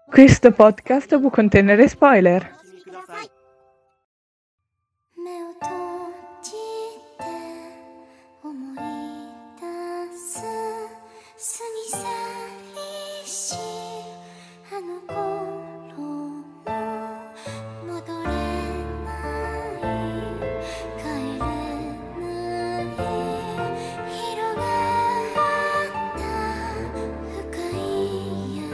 Questo podcast può contenere spoiler. 目を閉じて思い出す過ぎ去りしあの頃の戻れない帰れない広がった深い闇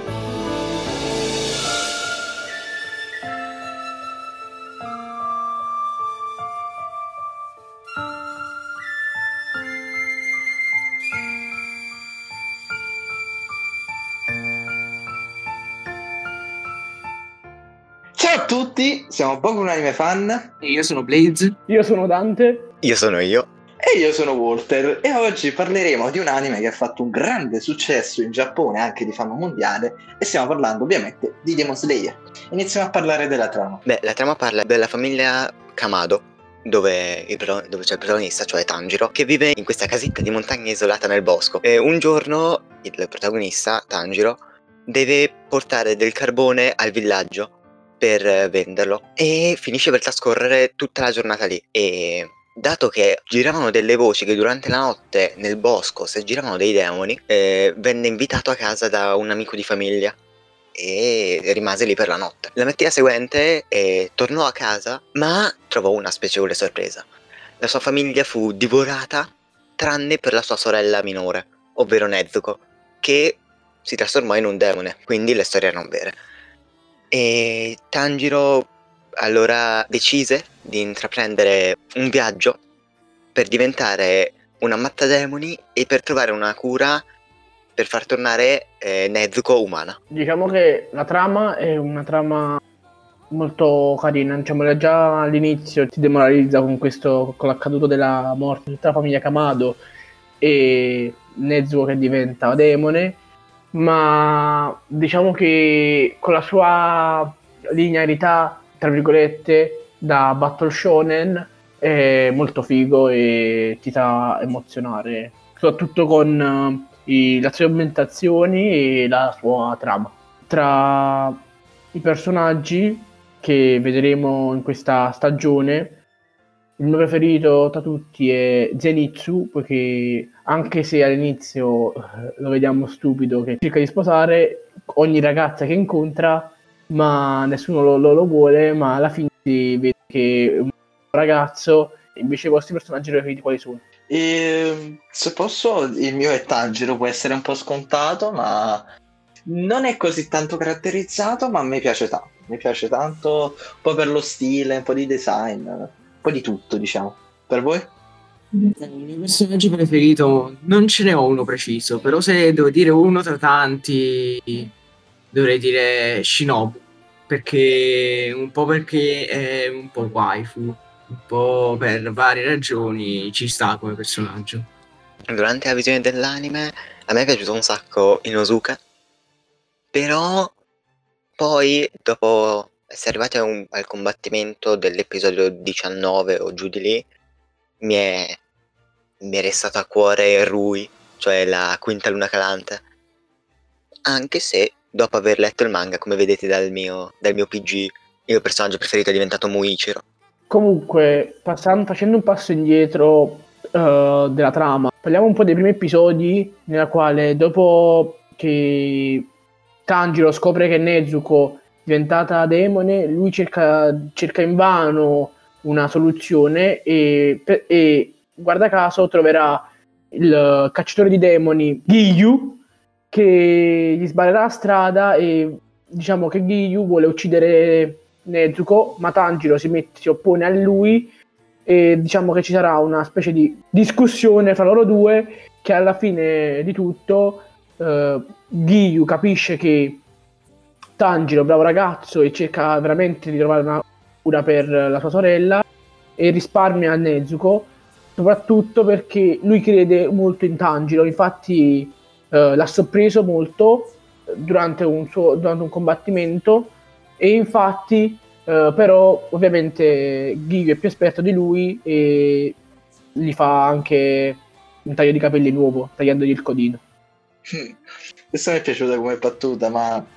Ciao a tutti, siamo Poco un Anime Fan Io sono Blaze. Io sono Dante. Io sono io. e io sono Walter e oggi parleremo di un anime che ha fatto un grande successo in Giappone, anche di fama mondiale, e stiamo parlando ovviamente di Demon Slayer. Iniziamo a parlare della trama. Beh, la trama parla della famiglia Kamado, dove c'è il protagonista, cioè Tanjiro, che vive in questa casetta di montagna isolata nel bosco. E un giorno il protagonista, Tanjiro, deve portare del carbone al villaggio per venderlo e finisce per trascorrere tutta la giornata lì. E dato che giravano delle voci che durante la notte nel bosco si giravano dei demoni, venne invitato a casa da un amico di famiglia e rimase lì per la notte. La mattina seguente tornò a casa, ma trovò una spiacevole sorpresa. La sua famiglia fu divorata tranne per la sua sorella minore, ovvero Nezuko, che si trasformò in un demone, quindi le storie erano vere. E Tanjiro allora decise di intraprendere un viaggio per diventare un ammattademoni e per trovare una cura per far tornare Nezuko umana. Diciamo che la trama è una trama molto carina, diciamo già all'inizio si demoralizza con l'accaduto della morte di tutta la famiglia Kamado e Nezuko che diventa demone, ma diciamo che con la sua linearità, tra virgolette, da Battle Shonen è molto figo e ti fa emozionare, soprattutto con le sue ambientazioni e la sua trama. Tra i personaggi che vedremo in questa stagione, il mio preferito tra tutti è Zenitsu, perché anche se all'inizio lo vediamo stupido che cerca di sposare ogni ragazza che incontra, ma nessuno lo vuole, ma alla fine si vede che è un ragazzo. Invece i vostri personaggi preferiti quali sono? E, se posso, il mio è Tanjiro, può essere un po' scontato, ma non è così tanto caratterizzato, ma a me piace tanto. Mi piace tanto, un po' per lo stile, un po' di design, un po' di tutto, diciamo. Per voi? Il mio personaggio preferito non ce ne ho uno preciso, però se devo dire uno tra tanti dovrei dire Shinobu, perché è un po' waifu, un po' per varie ragioni ci sta come personaggio. Durante la visione dell'anime a me è piaciuto un sacco Inosuke, però poi dopo essere arrivati al combattimento dell'episodio 19 o giù di lì mi è restato a cuore Rui, cioè la quinta luna calante, anche se dopo aver letto il manga, come vedete dal mio PG, il mio personaggio preferito è diventato Muichiro. Comunque, facendo un passo indietro della trama, parliamo un po' dei primi episodi, nella quale dopo che Tanjiro scopre che Nezuko è diventata demone, lui cerca invano una soluzione e guarda caso troverà il cacciatore di demoni Giyu, che gli sbaglierà la strada e diciamo che Giyu vuole uccidere Nezuko, ma Tanjiro si oppone a lui e diciamo che ci sarà una specie di discussione fra loro due, che alla fine di tutto Giyu capisce che Tanjiro è un bravo ragazzo e cerca veramente di trovare una cura per la sua sorella e risparmia Nezuko, soprattutto perché lui crede molto in Tanjiro. Infatti l'ha sorpreso molto durante un combattimento e infatti però ovviamente Giyu è più esperto di lui e gli fa anche un taglio di capelli nuovo, tagliandogli il codino. Questa mi è piaciuta come battuta, ma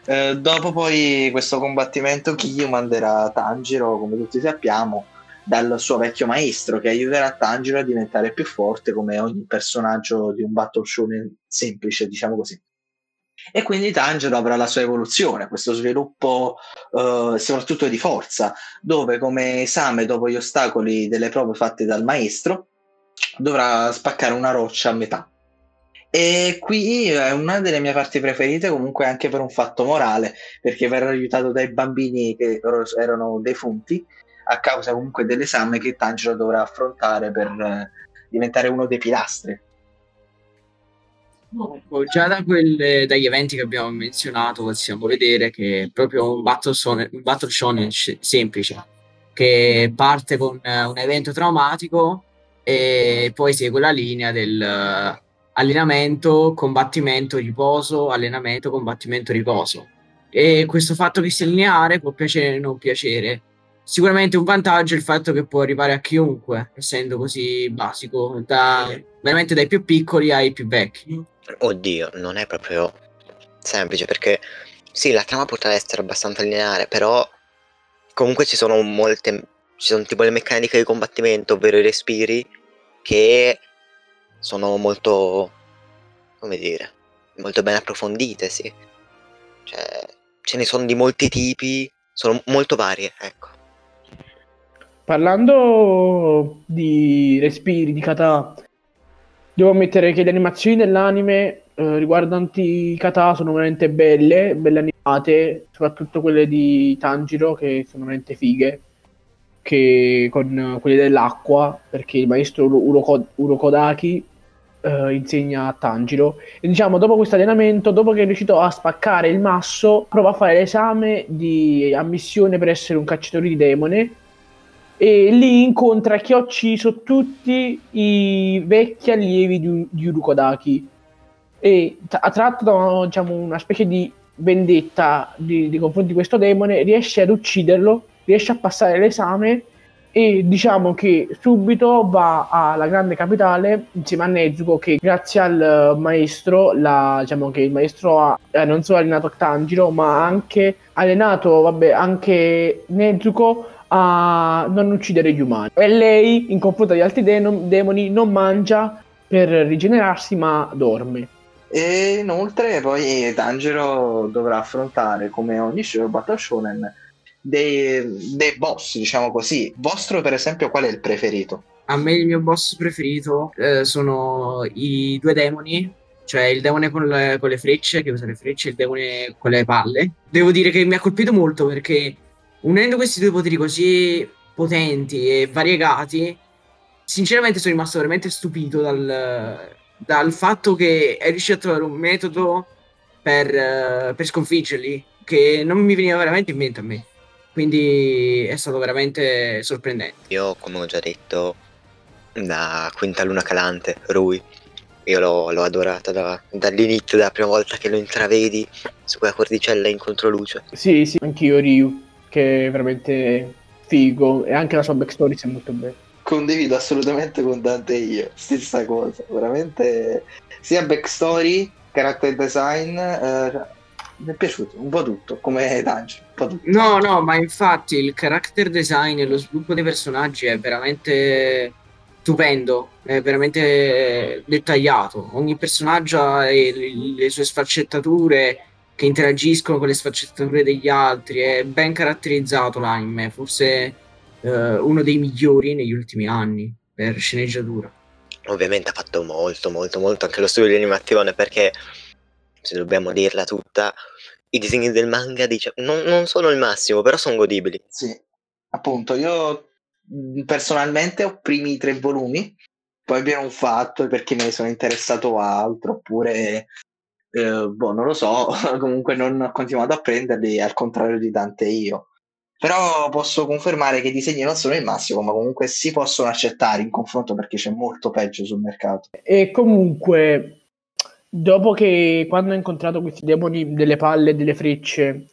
Dopo poi questo combattimento Kiyu manderà Tanjiro, come tutti sappiamo, dal suo vecchio maestro che aiuterà Tanjiro a diventare più forte come ogni personaggio di un Battle Shonen semplice, diciamo così. E quindi Tanjiro avrà la sua evoluzione, questo sviluppo soprattutto di forza, dove come esame dopo gli ostacoli delle prove fatte dal maestro dovrà spaccare una roccia a metà. E qui è una delle mie parti preferite, comunque anche per un fatto morale, perché verrà aiutato dai bambini che erano defunti a causa comunque dell'esame che Tanjiro dovrà affrontare per diventare uno dei pilastri. Già dagli eventi che abbiamo menzionato possiamo vedere che è proprio un battle shonen semplice, che parte con un evento traumatico e poi segue la linea del allenamento, combattimento, riposo, allenamento, combattimento, riposo. E questo fatto che sia lineare può piacere o non piacere. Sicuramente un vantaggio è il fatto che può arrivare a chiunque, essendo così basico, veramente dai più piccoli ai più vecchi. Oddio, non è proprio semplice perché sì, la trama potrebbe essere abbastanza lineare, però comunque ci sono tipo le meccaniche di combattimento, ovvero i respiri, che sono molto, come dire, molto ben approfondite, sì. Cioè, ce ne sono di molti tipi, sono molto varie, ecco. Parlando di respiri, di kata, devo ammettere che le animazioni dell'anime riguardanti kata sono veramente belle animate, soprattutto quelle di Tanjiro che sono veramente fighe, che con quelle dell'acqua, perché il maestro Urokodaki insegna a Tanjiro. E diciamo, dopo questo allenamento, dopo che è riuscito a spaccare il masso, prova a fare l'esame di ammissione per essere un cacciatore di demone. E lì incontra chi ha ucciso tutti i vecchi allievi di Urukodaki e tratto da diciamo, una specie di vendetta di confronti di questo demone, riesce ad ucciderlo, riesce a passare l'esame e diciamo che subito va alla grande capitale insieme a Nezuko, che grazie al maestro, diciamo che il maestro ha non solo allenato Tanjiro ma ha anche allenato anche Nezuko a non uccidere gli umani. E lei, in confronto agli altri demoni, non mangia per rigenerarsi, ma dorme. E inoltre poi Tanjiro dovrà affrontare, come ogni Battle Shonen, dei boss, diciamo così. Vostro, per esempio, qual è il preferito? A me il mio boss preferito sono i due demoni, cioè il demone con le frecce, che usa le frecce, e il demone con le palle. Devo dire che mi ha colpito molto perché unendo questi due poteri così potenti e variegati, sinceramente sono rimasto veramente stupito dal fatto che è riuscito a trovare un metodo per sconfiggerli, che non mi veniva veramente in mente a me. Quindi è stato veramente sorprendente. Io, come ho già detto, da Quinta Luna Calante, Rui, io l'ho adorata dall'inizio, dalla prima volta che lo intravedi su quella cordicella in controluce. Sì, anch'io Ryu, che è veramente figo, e anche la sua backstory è molto bella. Condivido assolutamente con Dante io, stessa cosa, veramente sia backstory, character design, mi è piaciuto un po' tutto, come Tanjiro, un po' tutto. No, ma infatti il character design e lo sviluppo dei personaggi è veramente stupendo, è veramente dettagliato. Ogni personaggio ha le sue sfaccettature che interagiscono con le sfaccettature degli altri, è ben caratterizzato l'anime, forse uno dei migliori negli ultimi anni per sceneggiatura. Ovviamente ha fatto molto anche lo studio di animazione, perché se dobbiamo dirla tutta, i disegni del manga non sono il massimo, però sono godibili. Sì, appunto, io personalmente ho primi 3 volumi, poi abbiamo un fatto perché me ne sono interessato a altro, oppure non lo so, comunque non ho continuato a prenderli, al contrario di Dante io. Però posso confermare che i disegni non sono il massimo, ma comunque si possono accettare in confronto perché c'è molto peggio sul mercato. E comunque, dopo che quando ho incontrato questi demoni delle palle e delle frecce,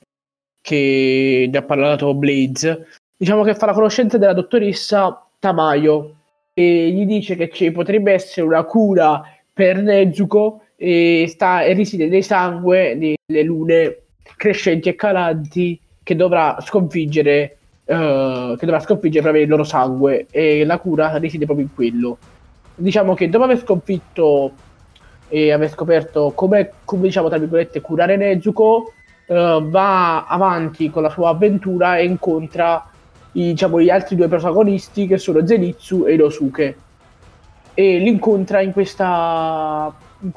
che ne ha parlato Blaze, diciamo che fa la conoscenza della dottoressa Tamayo e gli dice che ci potrebbe essere una cura per Nezuko e riside nel sangue delle lune crescenti e calanti che dovrà sconfiggere per avere il loro sangue, e la cura risiede proprio in quello. Diciamo che dopo aver sconfitto e aver scoperto come diciamo tra virgolette curare Nezuko, va avanti con la sua avventura e incontra gli altri due protagonisti, che sono Zenitsu e Inosuke, e li incontra in questa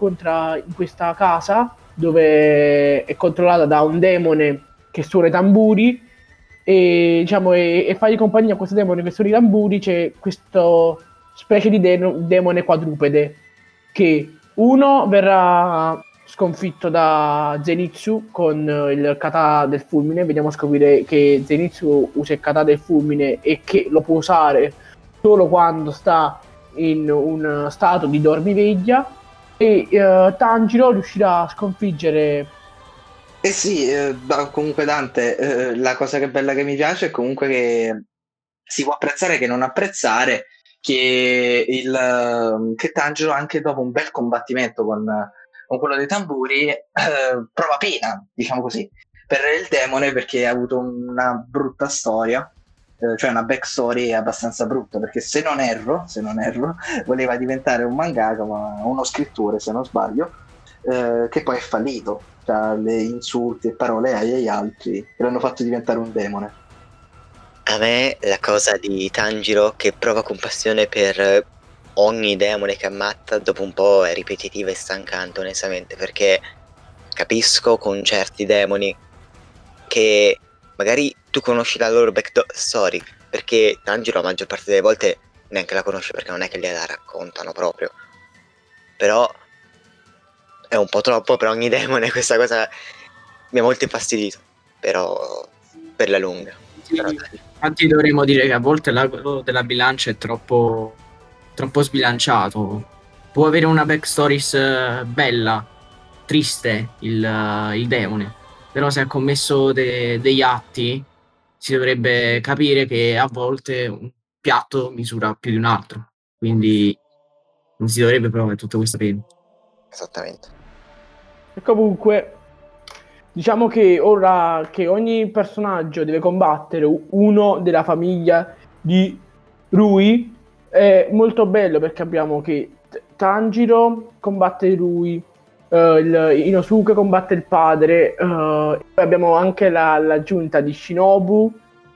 casa dove è controllata da un demone che suona i tamburi, e diciamo e fargli compagnia a questo demone che suona i tamburi. C'è questo specie di demone quadrupede, che uno verrà sconfitto da Zenitsu con il kata del fulmine. Vediamo a scoprire che Zenitsu usa il kata del fulmine e che lo può usare solo quando sta in un stato di dormiveglia, e Tanjiro riuscirà a sconfiggere. Eh sì, comunque Dante, la cosa che bella che mi piace è comunque che si può apprezzare che non apprezzare che Tanjiro, anche dopo un bel combattimento con quello dei tamburi, prova pena, diciamo così, per il demone, perché ha avuto una brutta storia, cioè una backstory abbastanza brutta, perché se non erro, voleva diventare un mangaka, ma uno scrittore se non sbaglio, che poi è fallito, cioè le insulti e parole agli altri che l'hanno fatto diventare un demone. A me la cosa di Tanjiro che prova compassione per ogni demone che ammazza dopo un po' è ripetitiva e stancante, onestamente, perché capisco con certi demoni che magari tu conosci la loro backstory, perché Tanjiro la maggior parte delle volte neanche la conosce, perché non è che gliela raccontano proprio, però è un po' troppo per ogni demone. Questa cosa mi ha molto infastidito, però per la lunga. Sì, infatti dovremmo dire che a volte l'ago della bilancia è troppo sbilanciato. Può avere una backstory bella, triste il demone, però se ha commesso degli atti si dovrebbe capire che a volte un piatto misura più di un altro, quindi non si dovrebbe provare tutto questo pena. Esattamente. E comunque diciamo che ora che ogni personaggio deve combattere uno della famiglia di Rui, è molto bello, perché abbiamo che Tanjiro combatte Rui, Inosuke combatte il padre, poi abbiamo anche l'aggiunta di Shinobu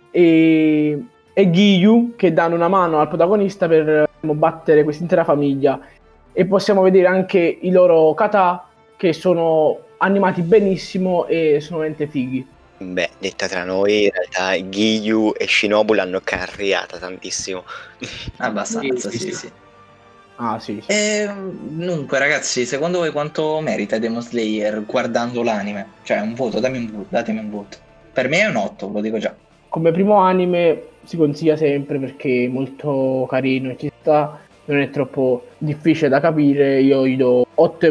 e Giyu, che danno una mano al protagonista per combattere quest'intera famiglia, e possiamo vedere anche i loro kata, che sono animati benissimo e sono veramente fighi. Beh, detta tra noi, in realtà Giyu e Shinobu l'hanno carriata tantissimo. Abbastanza, Sì, sì. sì. Ah sì. Dunque ragazzi, secondo voi quanto merita Demon Slayer guardando l'anime? Cioè un voto, datemi un voto. Per me è un 8, lo dico già. Come primo anime si consiglia sempre, perché è molto carino e ci sta, non è troppo difficile da capire. Io gli do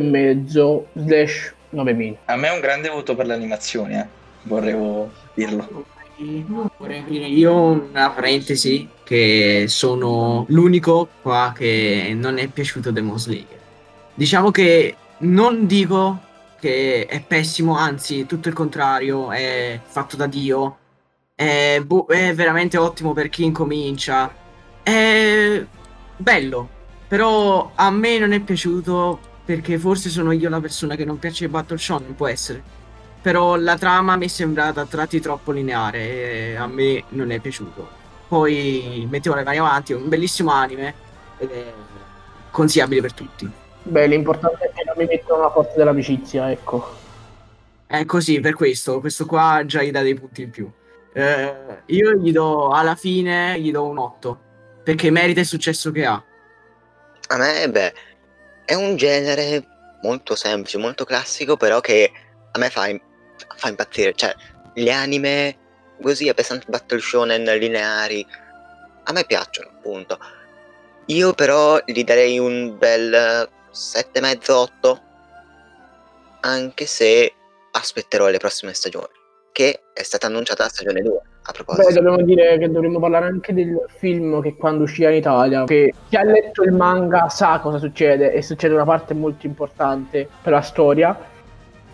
8,5/9. A me è un grande voto per l'animazione, vorrei dirlo. Vorrei aprire io una parentesi, che sono l'unico qua che non è piaciuto Demon Slayer. Diciamo che non dico che è pessimo, anzi tutto il contrario, è fatto da Dio, è veramente ottimo per chi incomincia, è bello, però a me non è piaciuto perché forse sono io la persona che non piace Battle Shonen, può essere. Però la trama mi è sembrata a tratti troppo lineare e a me non è piaciuto. Poi mettevo le mani avanti, è un bellissimo anime ed è consigliabile per tutti. Beh, l'importante è che non mi mettono la forza dell'amicizia, ecco. È così, per questo qua già gli dà dei punti in più. Io gli do, alla fine, gli do un 8, perché merita il successo che ha. A me, beh, è un genere molto semplice, molto classico, però che a me fa impazzire. Cioè, gli anime così, pesanti battle shonen lineari, a me piacciono, appunto. Io però gli darei un bel 7,5-8, anche se aspetterò le prossime stagioni, che è stata annunciata la stagione 2, a proposito. Beh, dobbiamo dire che dovremmo parlare anche del film che quando uscirà in Italia, che chi ha letto il manga sa cosa succede, e succede una parte molto importante per la storia.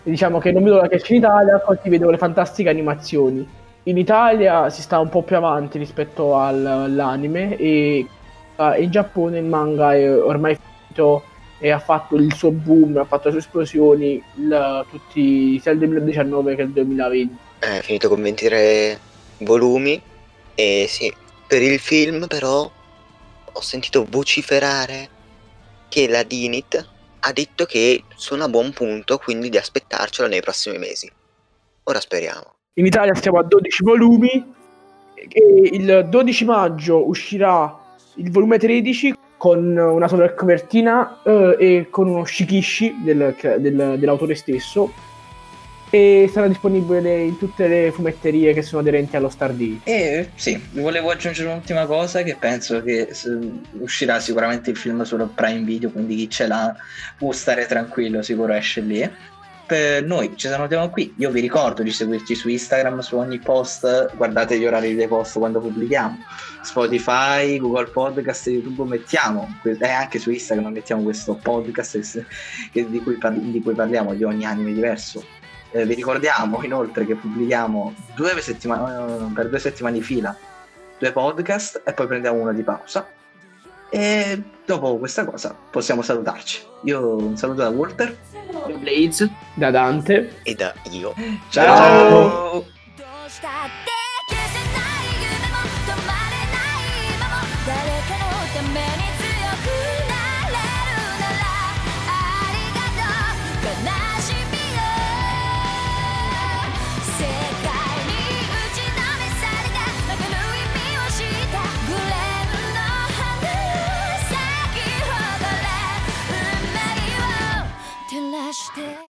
Diciamo che non vedo l'ora che esce in Italia, così vedo le fantastiche animazioni. In Italia si sta un po' più avanti rispetto all'anime e in Giappone il manga è ormai finito e ha fatto il suo boom, ha fatto le sue esplosioni tutti sia il 2019 che il 2020. È finito con 23 volumi e sì, per il film però ho sentito vociferare che la Dinit ha detto che sono a buon punto, quindi di aspettarcelo nei prossimi mesi. Ora speriamo. In Italia stiamo a 12 volumi e il 12 maggio uscirà il volume 13 con una sola copertina e con uno shikishi dell'autore stesso e sarà disponibile in tutte le fumetterie che sono aderenti allo Star Day. E sì, volevo aggiungere un'ultima cosa, che penso che uscirà sicuramente il film sullo Prime Video, quindi chi ce l'ha può stare tranquillo, sicuro esce lì. Per noi ci salutiamo qui, io vi ricordo di seguirci su Instagram, su ogni post, guardate gli orari dei post quando pubblichiamo, Spotify, Google Podcast, YouTube mettiamo, e anche su Instagram mettiamo questo podcast di cui parliamo di ogni anime diverso. Vi ricordiamo inoltre che pubblichiamo per 2 settimane di fila 2 podcast e poi prendiamo una di pausa. E dopo questa cosa possiamo salutarci. Io un saluto da Walter, Da Blaze, Da Dante. E da io. Ciao.